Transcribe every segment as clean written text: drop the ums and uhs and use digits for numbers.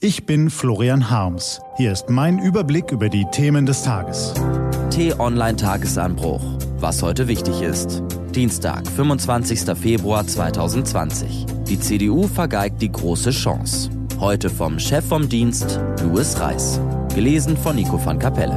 Ich bin Florian Harms. Hier ist mein Überblick über die Themen des Tages. T-Online-Tagesanbruch. Was heute wichtig ist. Dienstag, 25. Februar 2020. Die CDU vergeigt die große Chance. Heute vom Chef vom Dienst, Louis Reis. Gelesen von Nico van Kapelle.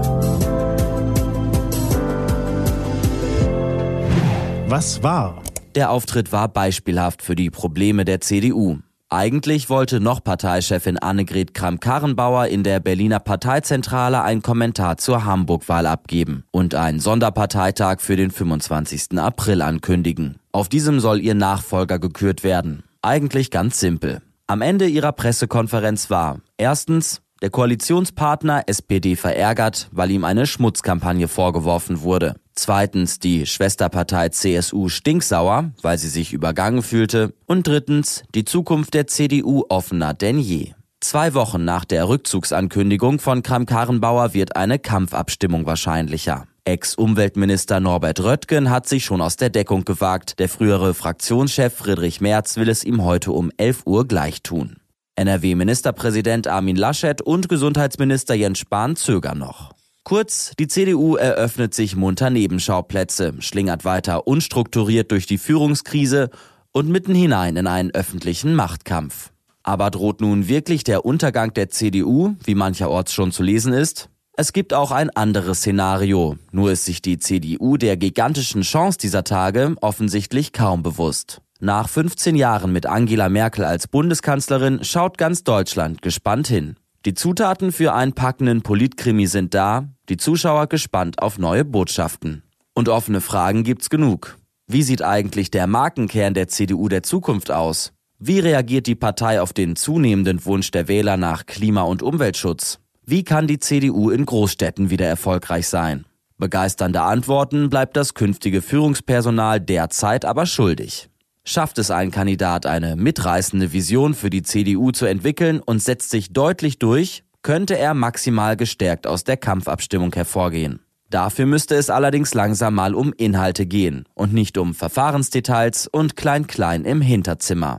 Was war? Der Auftritt war beispielhaft für die Probleme der CDU. Eigentlich wollte noch Parteichefin Annegret Kramp-Karrenbauer in der Berliner Parteizentrale einen Kommentar zur Hamburg-Wahl abgeben und einen Sonderparteitag für den 25. April ankündigen. Auf diesem soll ihr Nachfolger gekürt werden. Eigentlich ganz simpel. Am Ende ihrer Pressekonferenz war erstens der Koalitionspartner SPD verärgert, weil ihm eine Schmutzkampagne vorgeworfen wurde. Zweitens die Schwesterpartei CSU stinksauer, weil sie sich übergangen fühlte. Und drittens die Zukunft der CDU offener denn je. 2 Wochen nach der Rückzugsankündigung von Kramp-Karrenbauer wird eine Kampfabstimmung wahrscheinlicher. Ex-Umweltminister Norbert Röttgen hat sich schon aus der Deckung gewagt. Der frühere Fraktionschef Friedrich Merz will es ihm heute um 11 Uhr gleich tun. NRW-Ministerpräsident Armin Laschet und Gesundheitsminister Jens Spahn zögern noch. Kurz, die CDU eröffnet sich munter Nebenschauplätze, schlingert weiter unstrukturiert durch die Führungskrise und mitten hinein in einen öffentlichen Machtkampf. Aber droht nun wirklich der Untergang der CDU, wie mancherorts schon zu lesen ist? Es gibt auch ein anderes Szenario, nur ist sich die CDU der gigantischen Chance dieser Tage offensichtlich kaum bewusst. Nach 15 Jahren mit Angela Merkel als Bundeskanzlerin schaut ganz Deutschland gespannt hin. Die Zutaten für einen packenden Politkrimi sind da, die Zuschauer gespannt auf neue Botschaften. Und offene Fragen gibt's genug. Wie sieht eigentlich der Markenkern der CDU der Zukunft aus? Wie reagiert die Partei auf den zunehmenden Wunsch der Wähler nach Klima- und Umweltschutz? Wie kann die CDU in Großstädten wieder erfolgreich sein? Begeisternde Antworten bleibt das künftige Führungspersonal derzeit aber schuldig. Schafft es ein Kandidat, eine mitreißende Vision für die CDU zu entwickeln und setzt sich deutlich durch, könnte er maximal gestärkt aus der Kampfabstimmung hervorgehen. Dafür müsste es allerdings langsam mal um Inhalte gehen und nicht um Verfahrensdetails und Klein-Klein im Hinterzimmer.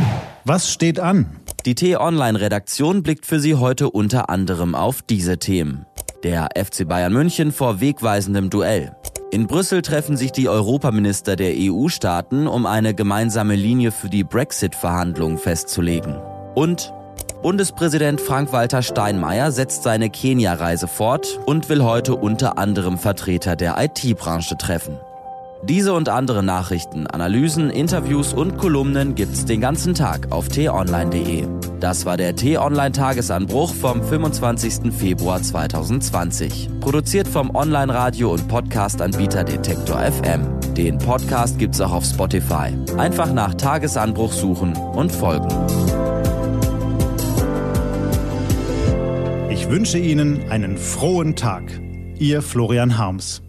Was steht an? Die T-Online-Redaktion blickt für Sie heute unter anderem auf diese Themen. Der FC Bayern München vor wegweisendem Duell. In Brüssel treffen sich die Europaminister der EU-Staaten, um eine gemeinsame Linie für die Brexit-Verhandlungen festzulegen. Und Bundespräsident Frank-Walter Steinmeier setzt seine Kenia-Reise fort und will heute unter anderem Vertreter der IT-Branche treffen. Diese und andere Nachrichten, Analysen, Interviews und Kolumnen gibt's den ganzen Tag auf t-online.de. Das war der T-Online-Tagesanbruch vom 25. Februar 2020. Produziert vom Online-Radio- und Podcast-Anbieter Detektor FM. Den Podcast gibt's auch auf Spotify. Einfach nach Tagesanbruch suchen und folgen. Ich wünsche Ihnen einen frohen Tag. Ihr Florian Harms.